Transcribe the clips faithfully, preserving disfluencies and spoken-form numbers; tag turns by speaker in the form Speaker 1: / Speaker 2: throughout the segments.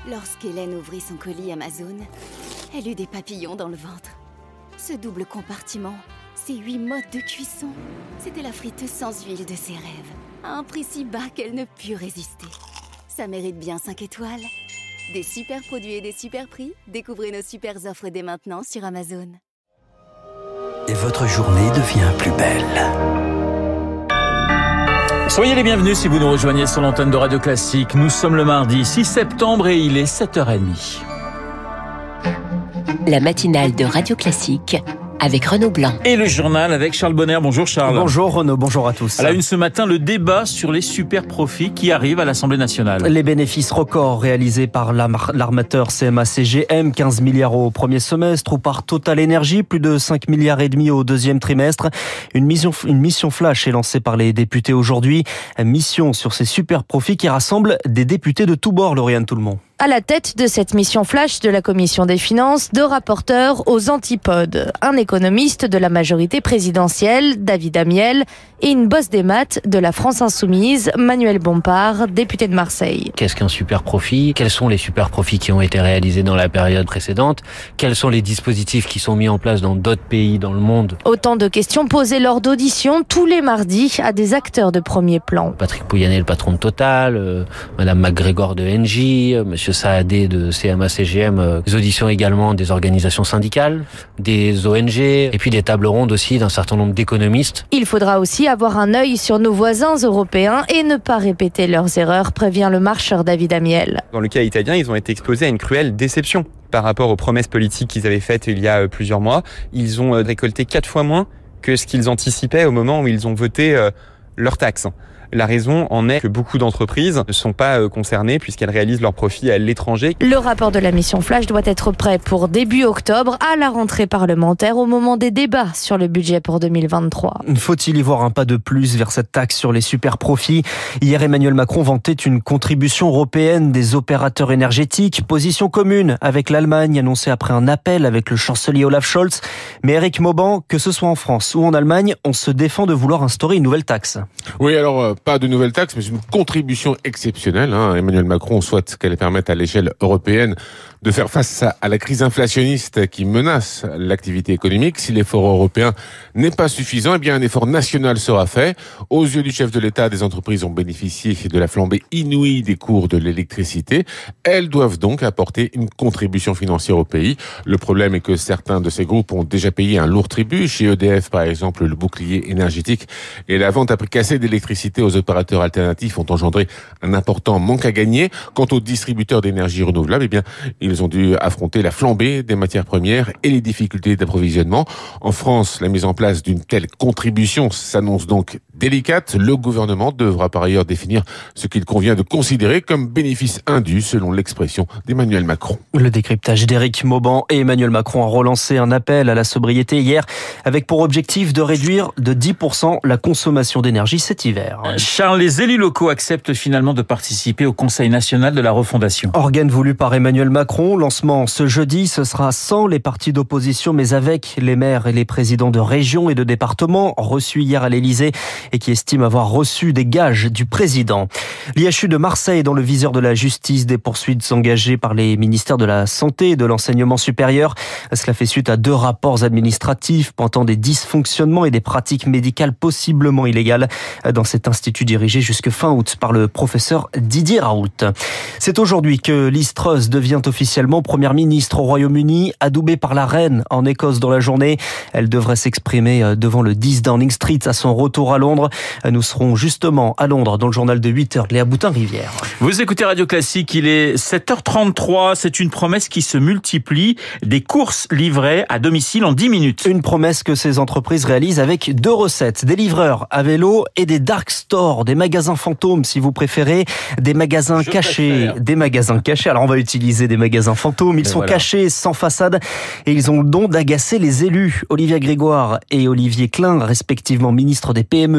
Speaker 1: Lorsqu'Hélène ouvrit son colis Amazon, elle eut des papillons dans le ventre. Ce double compartiment, ces huit modes de cuisson, c'était la friteuse sans huile de ses rêves, à un prix si bas qu'elle ne put résister. Ça mérite bien cinq étoiles. Des super produits et des super prix, découvrez nos super offres dès maintenant sur Amazon.
Speaker 2: Et votre journée devient plus belle.
Speaker 3: Soyez les bienvenus si vous nous rejoignez sur l'antenne de Radio Classique. Nous sommes le mardi six septembre et il est sept heures trente.
Speaker 4: La matinale de Radio Classique avec Renaud Blanc.
Speaker 3: Et le journal avec Charles Bonner. Bonjour Charles.
Speaker 5: Bonjour Renaud, bonjour à tous.
Speaker 3: À la une ce matin, le débat sur les super profits qui arrivent à l'Assemblée nationale.
Speaker 5: Les bénéfices records réalisés par l'armateur C M A C G M, quinze milliards au premier semestre, ou par Total Energy, plus de cinq milliards et demi au deuxième trimestre. Une mission, une mission flash est lancée par les députés aujourd'hui. Mission sur ces super profits qui rassemble des députés de tous bords, Lauriane Tout-le-Monde.
Speaker 6: À la tête de cette mission flash de la Commission des Finances, deux rapporteurs aux antipodes. Un économiste de la majorité présidentielle, David Amiel, et une bosse des maths de la France Insoumise, Manuel Bompard, député de Marseille.
Speaker 7: Qu'est-ce qu'un super profit ? Quels sont les super profits qui ont été réalisés dans la période précédente ? Quels sont les dispositifs qui sont mis en place dans d'autres pays dans le monde ?
Speaker 6: Autant de questions posées lors d'auditions tous les mardis à des acteurs de premier plan.
Speaker 7: Patrick Pouyanné, le patron de Total, euh, Madame MacGregor de Engie, euh, Monsieur Saadé de C M A C G M, euh, des auditions également des organisations syndicales, des O N G, et puis des tables rondes aussi d'un certain nombre d'économistes.
Speaker 6: Il faudra aussi avoir un œil sur nos voisins européens et ne pas répéter leurs erreurs, prévient le marcheur David Amiel.
Speaker 8: Dans le cas italien, ils ont été exposés à une cruelle déception par rapport aux promesses politiques qu'ils avaient faites il y a plusieurs mois. Ils ont récolté quatre fois moins que ce qu'ils anticipaient au moment où ils ont voté leurs taxes. La raison en est que beaucoup d'entreprises ne sont pas concernées puisqu'elles réalisent leurs profits à l'étranger.
Speaker 6: Le rapport de la mission Flash doit être prêt pour début octobre, à la rentrée parlementaire, au moment des débats sur le budget pour deux mille vingt-trois.
Speaker 5: Faut-il y voir un pas de plus vers cette taxe sur les super profits ? Hier, Emmanuel Macron vantait une contribution européenne des opérateurs énergétiques. Position commune avec l'Allemagne, annoncée après un appel avec le chancelier Olaf Scholz. Mais Éric Mauban, que ce soit en France ou en Allemagne, on se défend de vouloir instaurer une nouvelle taxe.
Speaker 9: Oui, alors... Euh... Pas de nouvelle taxe, mais une contribution exceptionnelle. Hein. Emmanuel Macron souhaite qu'elle permette à l'échelle européenne de faire face à la crise inflationniste qui menace l'activité économique. Si l'effort européen n'est pas suffisant, eh bien un effort national sera fait. Aux yeux du chef de l'État, des entreprises ont bénéficié de la flambée inouïe des cours de l'électricité. Elles doivent donc apporter une contribution financière au pays. Le problème est que certains de ces groupes ont déjà payé un lourd tribut. Chez E D F, par exemple, le bouclier énergétique et la vente à prix cassé d'électricité aux opérateurs alternatifs ont engendré un important manque à gagner. Quant aux distributeurs d'énergie renouvelable, eh bien, ils ont dû affronter la flambée des matières premières et les difficultés d'approvisionnement. En France, la mise en place d'une telle contribution s'annonce donc délicate. Le gouvernement devra par ailleurs définir ce qu'il convient de considérer comme bénéfice indu, selon l'expression d'Emmanuel Macron.
Speaker 5: Le décryptage d'Éric Mauban et Emmanuel Macron a relancé un appel à la sobriété hier, avec pour objectif de réduire de dix pour cent la consommation d'énergie cet hiver.
Speaker 3: Charles, les élus locaux acceptent finalement de participer au Conseil national de la refondation.
Speaker 5: Organe voulu par Emmanuel Macron, lancement ce jeudi, ce sera sans les partis d'opposition mais avec les maires et les présidents de régions et de départements reçus hier à l'Élysée et qui estiment avoir reçu des gages du président. L'I H U de Marseille dans le viseur de la justice, des poursuites engagées par les ministères de la Santé et de l'Enseignement supérieur. Cela fait suite à deux rapports administratifs pointant des dysfonctionnements et des pratiques médicales possiblement illégales dans cet institut dirigé jusque fin août par le professeur Didier Raoult. C'est aujourd'hui que Liz Truss devient officiellement première ministre au Royaume-Uni, adoubée par la reine en Écosse dans la journée. Elle devrait s'exprimer devant le dix Downing Street à son retour à Londres. Nous serons justement à Londres dans le journal de huit heures de Léa Boutin-Rivière.
Speaker 3: Vous écoutez Radio Classique, il est sept heures trente-trois. C'est une promesse qui se multiplie. Des courses livrées à domicile en dix minutes.
Speaker 5: Une promesse que ces entreprises réalisent avec deux recettes. Des livreurs à vélo et des dark stores, des magasins fantômes si vous préférez, des magasins
Speaker 3: Je
Speaker 5: cachés.
Speaker 3: préfère.
Speaker 5: Des magasins cachés. Alors on va utiliser des magasins fantômes. Ils
Speaker 3: et
Speaker 5: sont
Speaker 3: voilà.
Speaker 5: cachés, sans façade et ils ont le don d'agacer les élus. Olivia Grégoire et Olivier Klein, respectivement ministres des P M E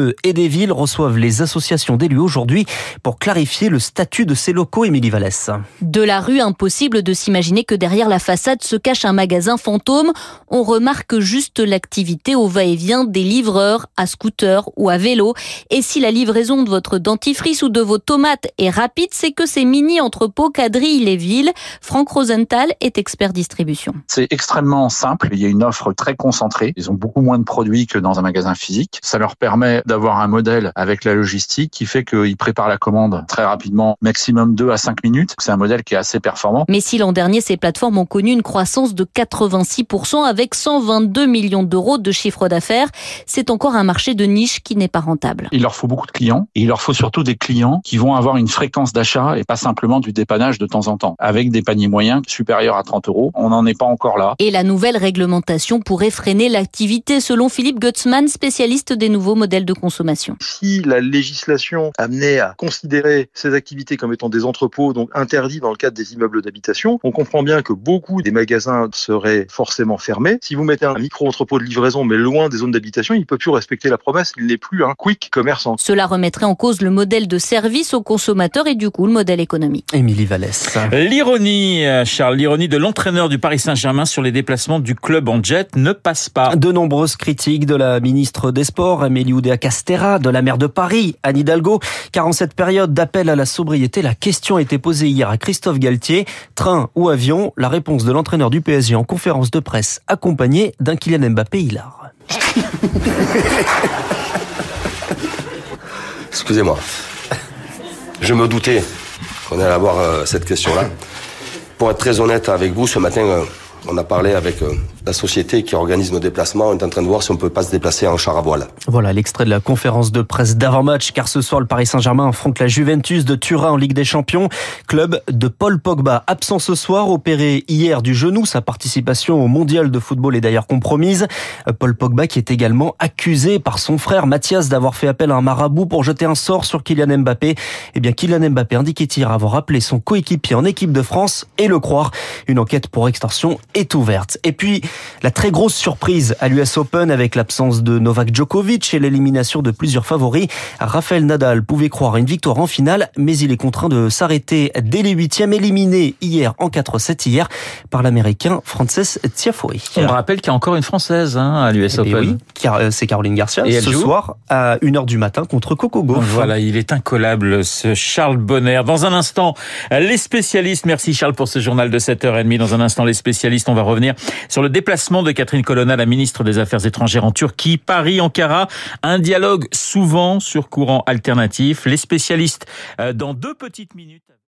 Speaker 5: lieux et des villes reçoivent les associations d'élus aujourd'hui pour clarifier le statut de ces locaux. Émilie Vallès.
Speaker 10: De la rue, impossible de s'imaginer que derrière la façade se cache un magasin fantôme. On remarque juste l'activité au va-et-vient des livreurs à scooter ou à vélo. Et si la livraison de votre dentifrice ou de vos tomates est rapide, c'est que ces mini-entrepôts quadrillent les villes. Franck Rosenthal est expert distribution.
Speaker 11: C'est extrêmement simple. Il y a une offre très concentrée. Ils ont beaucoup moins de produits que dans un magasin physique. Ça leur permet d'avoir un modèle avec la logistique qui fait qu'ils préparent la commande très rapidement, maximum deux à cinq minutes. C'est un modèle qui est assez performant.
Speaker 10: Mais si l'an dernier, ces plateformes ont connu une croissance de quatre-vingt-six pour cent avec cent vingt-deux millions d'euros de chiffre d'affaires, c'est encore un marché de niche qui n'est pas rentable.
Speaker 11: Il leur faut beaucoup de clients et il leur faut surtout des clients qui vont avoir une fréquence d'achat et pas simplement du dépannage de temps en temps. Avec des paniers moyens supérieurs à trente euros, on n'en est pas encore là.
Speaker 10: Et la nouvelle réglementation pourrait freiner l'activité, selon Philippe Gutzmann, spécialiste des nouveaux modèles de consommation.
Speaker 12: Si la législation amenait à considérer ces activités comme étant des entrepôts, donc interdits dans le cadre des immeubles d'habitation, on comprend bien que beaucoup des magasins seraient forcément fermés. Si vous mettez un micro-entrepôt de livraison mais loin des zones d'habitation, il ne peut plus respecter la promesse, il n'est plus un quick commerçant.
Speaker 10: Cela remettrait en cause le modèle de service aux consommateurs et du coup le modèle économique.
Speaker 5: Émilie Vallès.
Speaker 3: L'ironie, Charles, l'ironie de l'entraîneur du Paris Saint-Germain sur les déplacements du club en jet ne passe pas.
Speaker 5: De nombreuses critiques de la ministre des Sports, Amélie Oudéa-Castéra, de la maire de Paris, Anne Hidalgo, car en cette période d'appel à la sobriété, la question a été posée hier à Christophe Galtier. Train ou avion? La réponse de l'entraîneur du P S G en conférence de presse, accompagné d'un Kylian Mbappé hilar.
Speaker 13: Excusez-moi. Je me doutais qu'on allait avoir euh, cette question-là. Pour être très honnête avec vous, ce matin, euh, on a parlé avec euh, la société qui organise nos déplacements. On est en train de voir si on peut pas se déplacer en char à voile.
Speaker 5: Voilà l'extrait de la conférence de presse d'avant-match, car ce soir, le Paris Saint-Germain affronte la Juventus de Turin en Ligue des Champions. Club de Paul Pogba, absent ce soir, opéré hier du genou. Sa participation au mondial de football est d'ailleurs compromise. Paul Pogba qui est également accusé par son frère Mathias d'avoir fait appel à un marabout pour jeter un sort sur Kylian Mbappé. Eh bien, Kylian Mbappé indiquait hier avoir appelé son coéquipier en équipe de France et le croire. Une enquête pour extorsion est ouverte. Et puis, la très grosse surprise à l'U S Open avec l'absence de Novak Djokovic et l'élimination de plusieurs favoris. Raphaël Nadal pouvait croire à une victoire en finale, mais il est contraint de s'arrêter dès les huitièmes, éliminé hier en quatre sept hier par l'Américain Frances Tiafoe.
Speaker 3: On rappelle qu'il y a encore une Française hein, à l'U S Open.
Speaker 5: Oui, car c'est Caroline Garcia,
Speaker 3: et
Speaker 5: ce soir à une heure du matin contre Coco Gauff.
Speaker 3: Voilà, il est incollable ce Charles Bonner. Dans un instant, les spécialistes. Merci Charles pour ce journal de sept heures trente. Dans un instant, les spécialistes, on va revenir sur le déplacement de Catherine Colonna, la ministre des Affaires étrangères en Turquie, Paris, Ankara. Un dialogue souvent sur courant alternatif. Les spécialistes dans deux petites minutes.